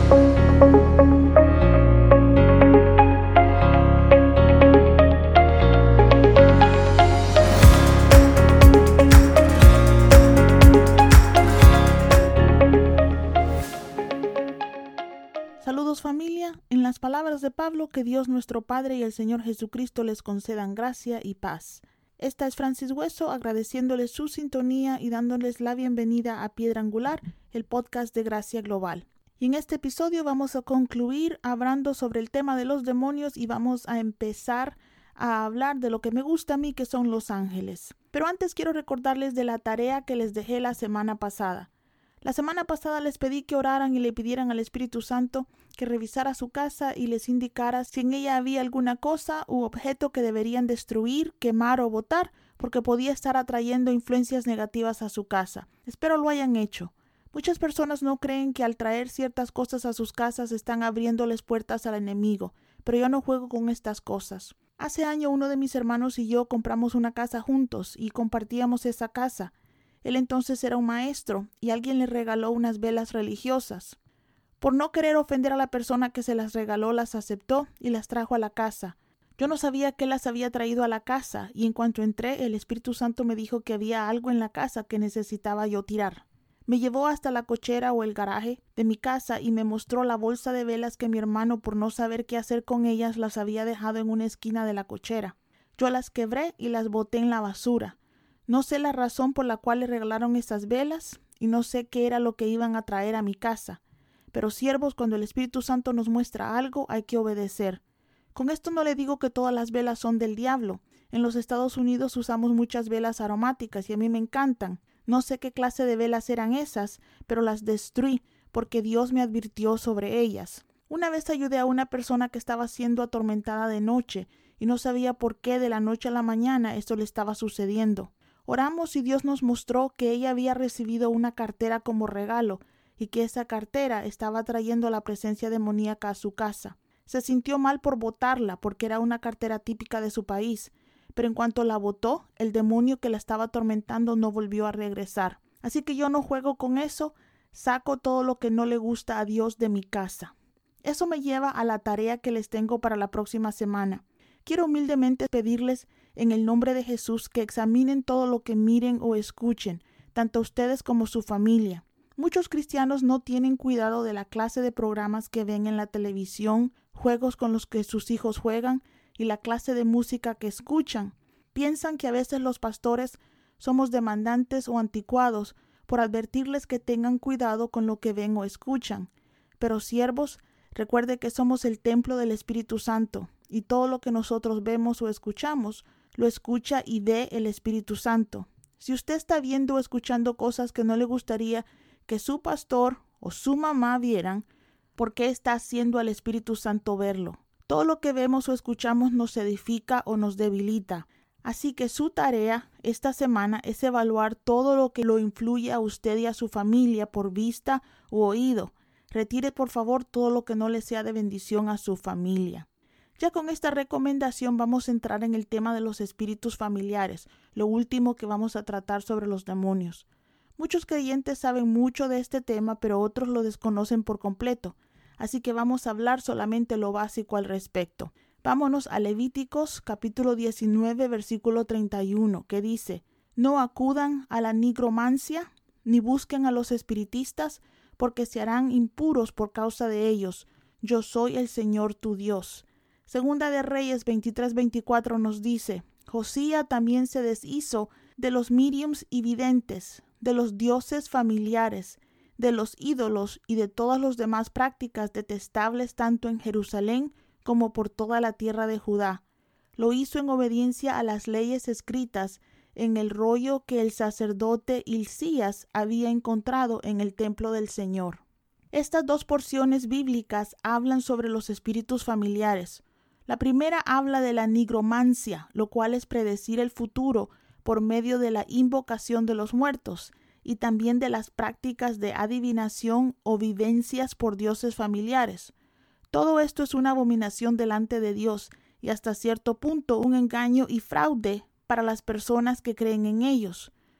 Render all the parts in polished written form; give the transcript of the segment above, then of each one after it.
Saludos familia, en las palabras de Pablo, que Dios nuestro Padre y el Señor Jesucristo les concedan gracia y paz. Esta es Francis Hueso, agradeciéndoles su sintonía y dándoles la bienvenida a Piedra Angular, el podcast de Gracia Global. Y en este episodio vamos a concluir hablando sobre el tema de los demonios y vamos a empezar a hablar de lo que me gusta a mí, que son los ángeles. Pero antes quiero recordarles de la tarea que les dejé la semana pasada. La semana pasada les pedí que oraran y le pidieran al Espíritu Santo que revisara su casa y les indicara si en ella había alguna cosa u objeto que deberían destruir, quemar o botar, porque podía estar atrayendo influencias negativas a su casa. Espero lo hayan hecho. Muchas personas no creen que al traer ciertas cosas a sus casas están abriéndoles puertas al enemigo, pero yo no juego con estas cosas. Hace años uno de mis hermanos y yo compramos una casa juntos y compartíamos esa casa. Él entonces era un maestro y alguien le regaló unas velas religiosas. Por no querer ofender a la persona que se las regaló, las aceptó y las trajo a la casa. Yo no sabía que las había traído a la casa y en cuanto entré, el Espíritu Santo me dijo que había algo en la casa que necesitaba yo tirar. Me llevó hasta la cochera o el garaje de mi casa y me mostró la bolsa de velas que mi hermano, por no saber qué hacer con ellas, las había dejado en una esquina de la cochera. Yo las quebré y las boté en la basura. No sé la razón por la cual le regalaron esas velas y no sé qué era lo que iban a traer a mi casa. Pero siervos, cuando el Espíritu Santo nos muestra algo, hay que obedecer. Con esto no le digo que todas las velas son del diablo. En los Estados Unidos usamos muchas velas aromáticas y a mí me encantan. No sé qué clase de velas eran esas, pero las destruí porque Dios me advirtió sobre ellas. Una vez ayudé a una persona que estaba siendo atormentada de noche y no sabía por qué de la noche a la mañana esto le estaba sucediendo. Oramos y Dios nos mostró que ella había recibido una cartera como regalo y que esa cartera estaba trayendo la presencia demoníaca a su casa. Se sintió mal por botarla porque era una cartera típica de su país, pero en cuanto la botó, el demonio que la estaba atormentando no volvió a regresar. Así que yo no juego con eso, saco todo lo que no le gusta a Dios de mi casa. Eso me lleva a la tarea que les tengo para la próxima semana. Quiero humildemente pedirles en el nombre de Jesús que examinen todo lo que miren o escuchen, tanto ustedes como su familia. Muchos cristianos no tienen cuidado de la clase de programas que ven en la televisión, juegos con los que sus hijos juegan y la clase de música que escuchan. Piensan que a veces los pastores somos demandantes o anticuados por advertirles que tengan cuidado con lo que ven o escuchan. Pero siervos, recuerde que somos el templo del Espíritu Santo y todo lo que nosotros vemos o escuchamos lo escucha y ve el Espíritu Santo. Si usted está viendo o escuchando cosas que no le gustaría que su pastor o su mamá vieran, ¿por qué está haciendo al Espíritu Santo verlo? Todo lo que vemos o escuchamos nos edifica o nos debilita. Así que su tarea esta semana es evaluar todo lo que lo influye a usted y a su familia por vista u oído. Retire por favor todo lo que no le sea de bendición a su familia. Ya con esta recomendación vamos a entrar en el tema de los espíritus familiares, lo último que vamos a tratar sobre los demonios. Muchos creyentes saben mucho de este tema, pero otros lo desconocen por completo, así que vamos a hablar solamente lo básico al respecto. Vámonos a Levíticos capítulo 19 versículo 31, que dice: No acudan a la nigromancia, ni busquen a los espiritistas, porque se harán impuros por causa de ellos. Yo soy el Señor tu Dios. Segunda de Reyes 23-24 nos dice: Josía también se deshizo de los mediums y videntes, de los dioses familiares, de los ídolos y de todas las demás prácticas detestables tanto en Jerusalén como por toda la tierra de Judá. Lo hizo en obediencia a las leyes escritas en el rollo que el sacerdote Hilcías había encontrado en el templo del Señor. Estas dos porciones bíblicas hablan sobre los espíritus familiares. La primera habla de la nigromancia, lo cual es predecir el futuro por medio de la invocación de los muertos, y también de las prácticas de adivinación o vivencias por dioses familiares. Todo esto es una abominación delante de Dios y hasta cierto punto un engaño y fraude para las personas que creen en ellos.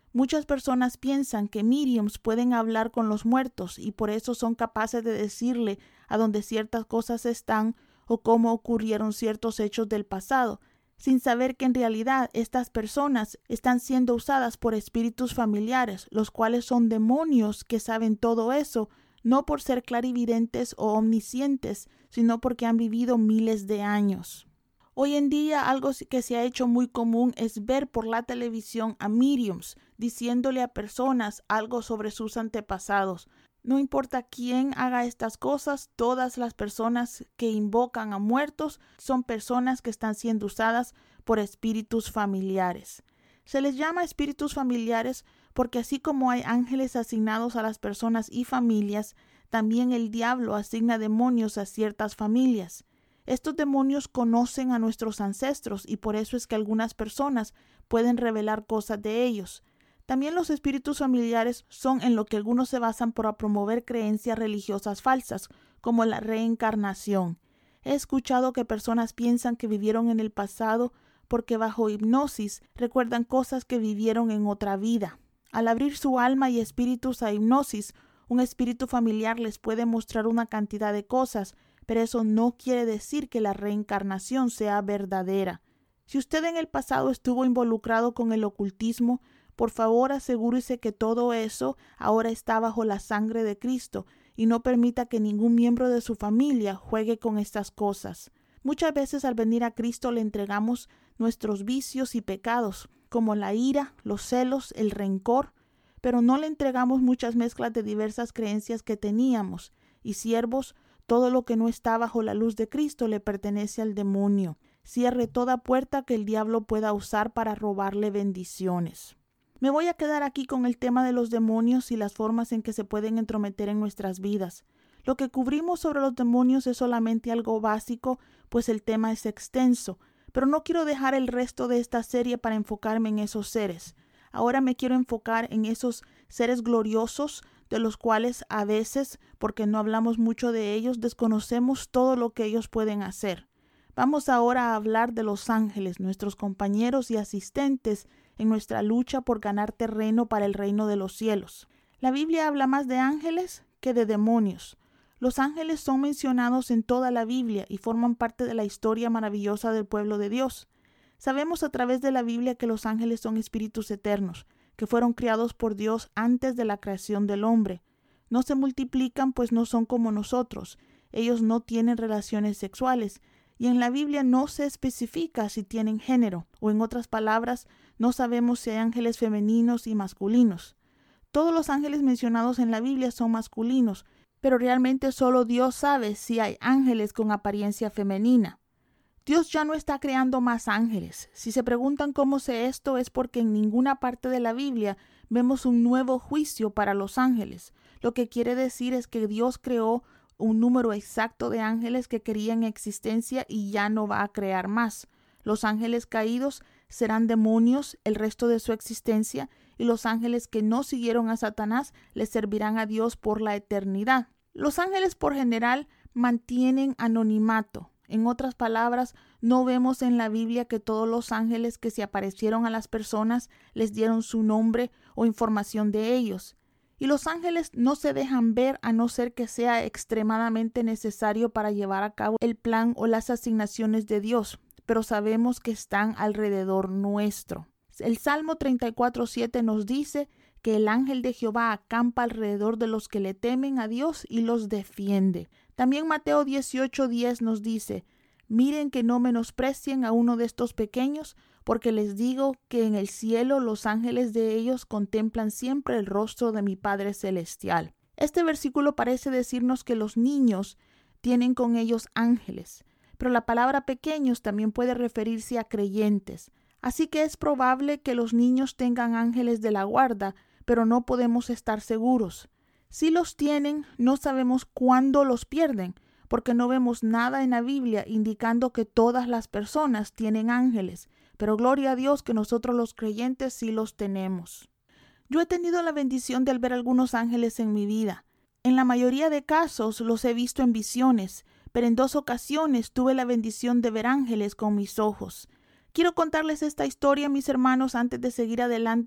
Muchas personas piensan que mediums pueden hablar con los muertos y por eso son capaces de decirle a dónde ciertas cosas están o cómo ocurrieron ciertos hechos del pasado, sin saber que en realidad estas personas están siendo usadas por espíritus familiares, los cuales son demonios que saben todo eso, no por ser clarividentes o omniscientes, sino porque han vivido miles de años. Hoy en día algo que se ha hecho muy común es ver por la televisión a mediums diciéndole a personas algo sobre sus antepasados. No importa quién haga estas cosas, todas las personas que invocan a muertos son personas que están siendo usadas por espíritus familiares. Se les llama espíritus familiares porque así como hay ángeles asignados a las personas y familias, también el diablo asigna demonios a ciertas familias. Estos demonios conocen a nuestros ancestros y por eso es que algunas personas pueden revelar cosas de ellos. También los espíritus familiares son en lo que algunos se basan para promover creencias religiosas falsas, como la reencarnación. He escuchado que personas piensan que vivieron en el pasado porque bajo hipnosis recuerdan cosas que vivieron en otra vida. Al abrir su alma y espíritus a hipnosis, un espíritu familiar les puede mostrar una cantidad de cosas, pero eso no quiere decir que la reencarnación sea verdadera. Si usted en el pasado estuvo involucrado con el ocultismo, por favor asegúrese que todo eso ahora está bajo la sangre de Cristo y no permita que ningún miembro de su familia juegue con estas cosas. Muchas veces al venir a Cristo le entregamos nuestros vicios y pecados, como la ira, los celos, el rencor, pero no le entregamos muchas mezclas de diversas creencias que teníamos, y siervos, todo lo que no está bajo la luz de Cristo le pertenece al demonio. Cierre toda puerta que el diablo pueda usar para robarle bendiciones. Me voy a quedar aquí con el tema de los demonios y las formas en que se pueden entrometer en nuestras vidas. Lo que cubrimos sobre los demonios es solamente algo básico, pues el tema es extenso, pero no quiero dejar el resto de esta serie para enfocarme en esos seres. Ahora me quiero enfocar en esos seres gloriosos de los cuales a veces, porque no hablamos mucho de ellos, desconocemos todo lo que ellos pueden hacer. Vamos ahora a hablar de los ángeles, nuestros compañeros y asistentes en nuestra lucha por ganar terreno para el reino de los cielos. La Biblia habla más de ángeles que de demonios. Los ángeles son mencionados en toda la Biblia y forman parte de la historia maravillosa del pueblo de Dios. Sabemos a través de la Biblia que los ángeles son espíritus eternos, que fueron criados por Dios antes de la creación del hombre. No se multiplican, pues no son como nosotros. Ellos no tienen relaciones sexuales, y en la Biblia no se especifica si tienen género, o en otras palabras, no sabemos si hay ángeles femeninos y masculinos. Todos los ángeles mencionados en la Biblia son masculinos, pero realmente solo Dios sabe si hay ángeles con apariencia femenina. Dios ya no está creando más ángeles. Si se preguntan cómo sé esto, es porque en ninguna parte de la Biblia vemos un nuevo juicio para los ángeles. Lo que quiere decir es que Dios creó un número exacto de ángeles que querían existencia y ya no va a crear más. Los ángeles caídos serán demonios el resto de su existencia y los ángeles que no siguieron a Satanás le servirán a Dios por la eternidad. Los ángeles por general mantienen anonimato. En otras palabras, no vemos en la Biblia que todos los ángeles que se aparecieron a las personas les dieron su nombre o información de ellos. Y los ángeles no se dejan ver a no ser que sea extremadamente necesario para llevar a cabo el plan o las asignaciones de Dios, pero sabemos que están alrededor nuestro. El Salmo 34:7 nos dice que el ángel de Jehová acampa alrededor de los que le temen a Dios y los defiende. También Mateo 18:10 nos dice: miren que no menosprecien a uno de estos pequeños, porque les digo que en el cielo los ángeles de ellos contemplan siempre el rostro de mi Padre Celestial. Este versículo parece decirnos que los niños tienen con ellos ángeles, pero la palabra pequeños también puede referirse a creyentes. Así que es probable que los niños tengan ángeles de la guarda, pero no podemos estar seguros. Si los tienen, no sabemos cuándo los pierden, porque no vemos nada en la Biblia indicando que todas las personas tienen ángeles, pero gloria a Dios que nosotros los creyentes sí los tenemos. Yo he tenido la bendición de ver algunos ángeles en mi vida. En la mayoría de casos los he visto en visiones, pero en 2 ocasiones tuve la bendición de ver ángeles con mis ojos. Quiero contarles esta historia, mis hermanos, antes de seguir adelante.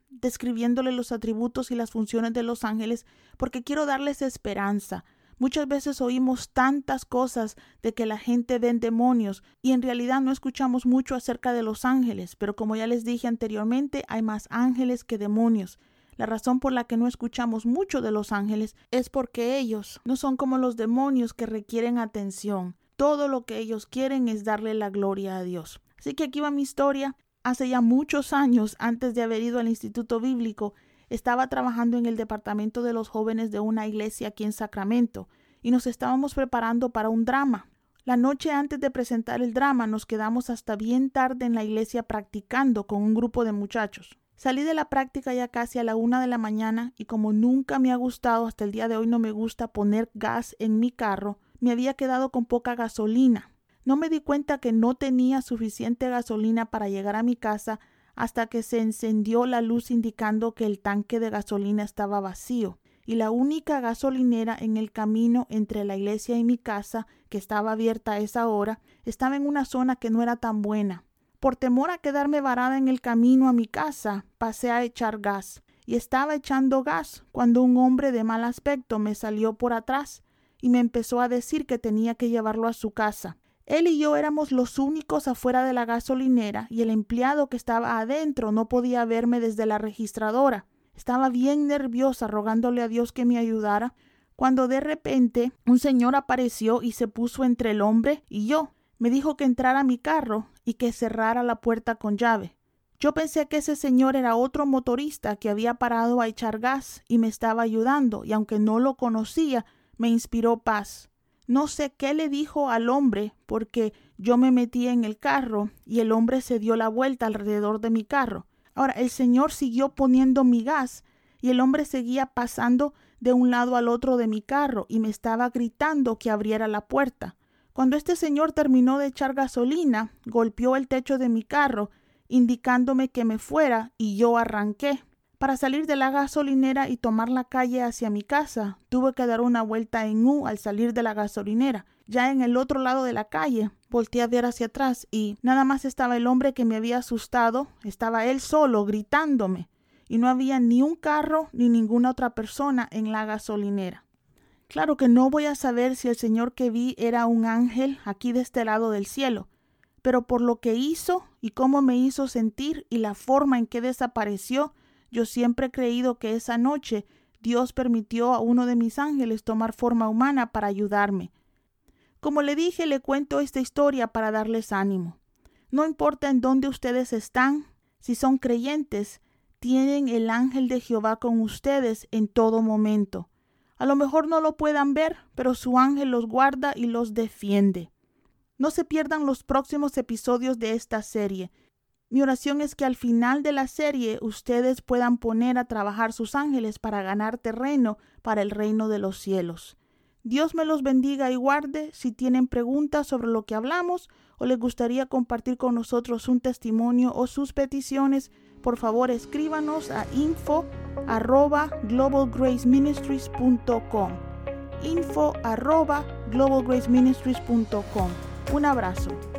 describiéndole los atributos y las funciones de los ángeles porque quiero darles esperanza. Muchas veces oímos tantas cosas de que la gente ve demonios y en realidad no escuchamos mucho acerca de los ángeles, pero como ya les dije anteriormente, hay más ángeles que demonios. La razón por la que no escuchamos mucho de los ángeles es porque ellos no son como los demonios que requieren atención. Todo lo que ellos quieren es darle la gloria a Dios. Así que aquí va mi historia. Hace ya muchos años, antes de haber ido al Instituto Bíblico, estaba trabajando en el departamento de los jóvenes de una iglesia aquí en Sacramento y nos estábamos preparando para un drama. La noche antes de presentar el drama nos quedamos hasta bien tarde en la iglesia practicando con un grupo de muchachos. Salí de la práctica ya casi a la 1 de la mañana y como nunca me ha gustado, hasta el día de hoy no me gusta poner gas en mi carro, me había quedado con poca gasolina. No me di cuenta que no tenía suficiente gasolina para llegar a mi casa hasta que se encendió la luz indicando que el tanque de gasolina estaba vacío y la única gasolinera en el camino entre la iglesia y mi casa, que estaba abierta a esa hora, estaba en una zona que no era tan buena. Por temor a quedarme varada en el camino a mi casa, pasé a echar gas y estaba echando gas cuando un hombre de mal aspecto me salió por atrás y me empezó a decir que tenía que llevarlo a su casa. Él y yo éramos los únicos afuera de la gasolinera y el empleado que estaba adentro no podía verme desde la registradora. Estaba bien nerviosa rogándole a Dios que me ayudara, cuando de repente un señor apareció y se puso entre el hombre y yo. Me dijo que entrara a mi carro y que cerrara la puerta con llave. Yo pensé que ese señor era otro motorista que había parado a echar gas y me estaba ayudando, y aunque no lo conocía, me inspiró paz. No sé qué le dijo al hombre porque yo me metí en el carro y el hombre se dio la vuelta alrededor de mi carro. Ahora, el señor siguió poniendo mi gas y el hombre seguía pasando de un lado al otro de mi carro y me estaba gritando que abriera la puerta. Cuando este señor terminó de echar gasolina, golpeó el techo de mi carro, indicándome que me fuera y yo arranqué. Para salir de la gasolinera y tomar la calle hacia mi casa, tuve que dar una vuelta en U al salir de la gasolinera. Ya en el otro lado de la calle, volteé a ver hacia atrás y nada más estaba el hombre que me había asustado. Estaba él solo, gritándome. Y no había ni un carro ni ninguna otra persona en la gasolinera. Claro que no voy a saber si el señor que vi era un ángel aquí de este lado del cielo, pero por lo que hizo y cómo me hizo sentir y la forma en que desapareció, yo siempre he creído que esa noche Dios permitió a uno de mis ángeles tomar forma humana para ayudarme. Como le dije, le cuento esta historia para darles ánimo. No importa en dónde ustedes están, si son creyentes, tienen el ángel de Jehová con ustedes en todo momento. A lo mejor no lo puedan ver, pero su ángel los guarda y los defiende. No se pierdan los próximos episodios de esta serie. Mi oración es que al final de la serie ustedes puedan poner a trabajar sus ángeles para ganar terreno para el reino de los cielos. Dios me los bendiga y guarde. Si tienen preguntas sobre lo que hablamos o les gustaría compartir con nosotros un testimonio o sus peticiones, por favor escríbanos a info@globalgraceministries.com. info@globalgraceministries.com. Un abrazo.